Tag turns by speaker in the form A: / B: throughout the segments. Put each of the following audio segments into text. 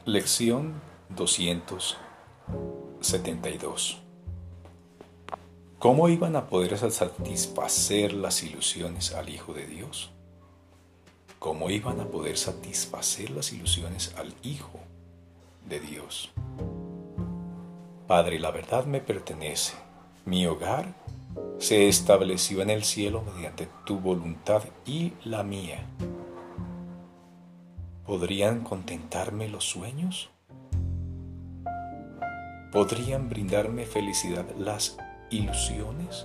A: Lección 272. ¿Cómo iban a poder satisfacer las ilusiones al Hijo de Dios? ¿Cómo iban a poder satisfacer las ilusiones al Hijo de Dios? Padre, la verdad me pertenece. Mi hogar se estableció en el cielo mediante tu voluntad y la mía. ¿Podrían contentarme los sueños? ¿Podrían brindarme felicidad las ilusiones?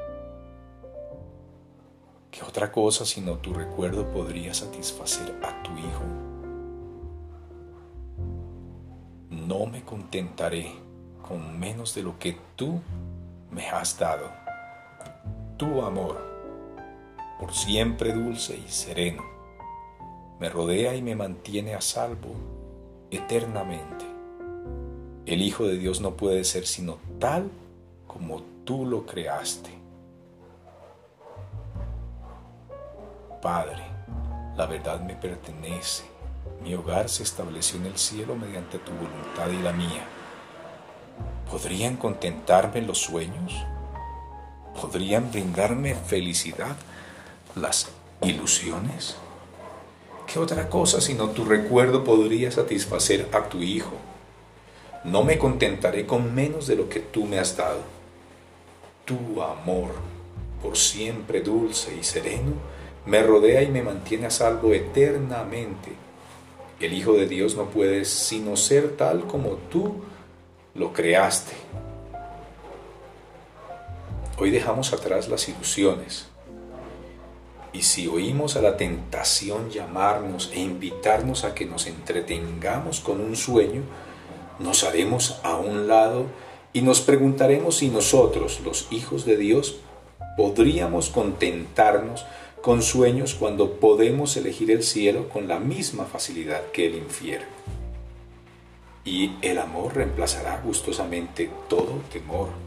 A: ¿Qué otra cosa sino tu recuerdo podría satisfacer a tu Hijo? No me contentaré con menos de lo que tú me has dado. Tu amor, por siempre dulce y sereno, me rodea y me mantiene a salvo eternamente. El Hijo de Dios no puede ser sino tal como tú lo creaste. Padre, la verdad me pertenece. Mi hogar se estableció en el cielo mediante tu voluntad y la mía. ¿Podrían contentarme los sueños? ¿Podrían brindarme felicidad las ilusiones? ¿Qué otra cosa sino tu recuerdo podría satisfacer a tu Hijo? No me contentaré con menos de lo que tú me has dado. Tu amor, por siempre dulce y sereno, me rodea y me mantiene a salvo eternamente. El Hijo de Dios no puede sino ser tal como tú lo creaste. Hoy dejamos atrás las ilusiones. Y si oímos a la tentación llamarnos e invitarnos a que nos entretengamos con un sueño, nos haremos a un lado y nos preguntaremos si nosotros, los hijos de Dios, podríamos contentarnos con sueños cuando podemos elegir el cielo con la misma facilidad que el infierno. Y el amor reemplazará gustosamente todo temor.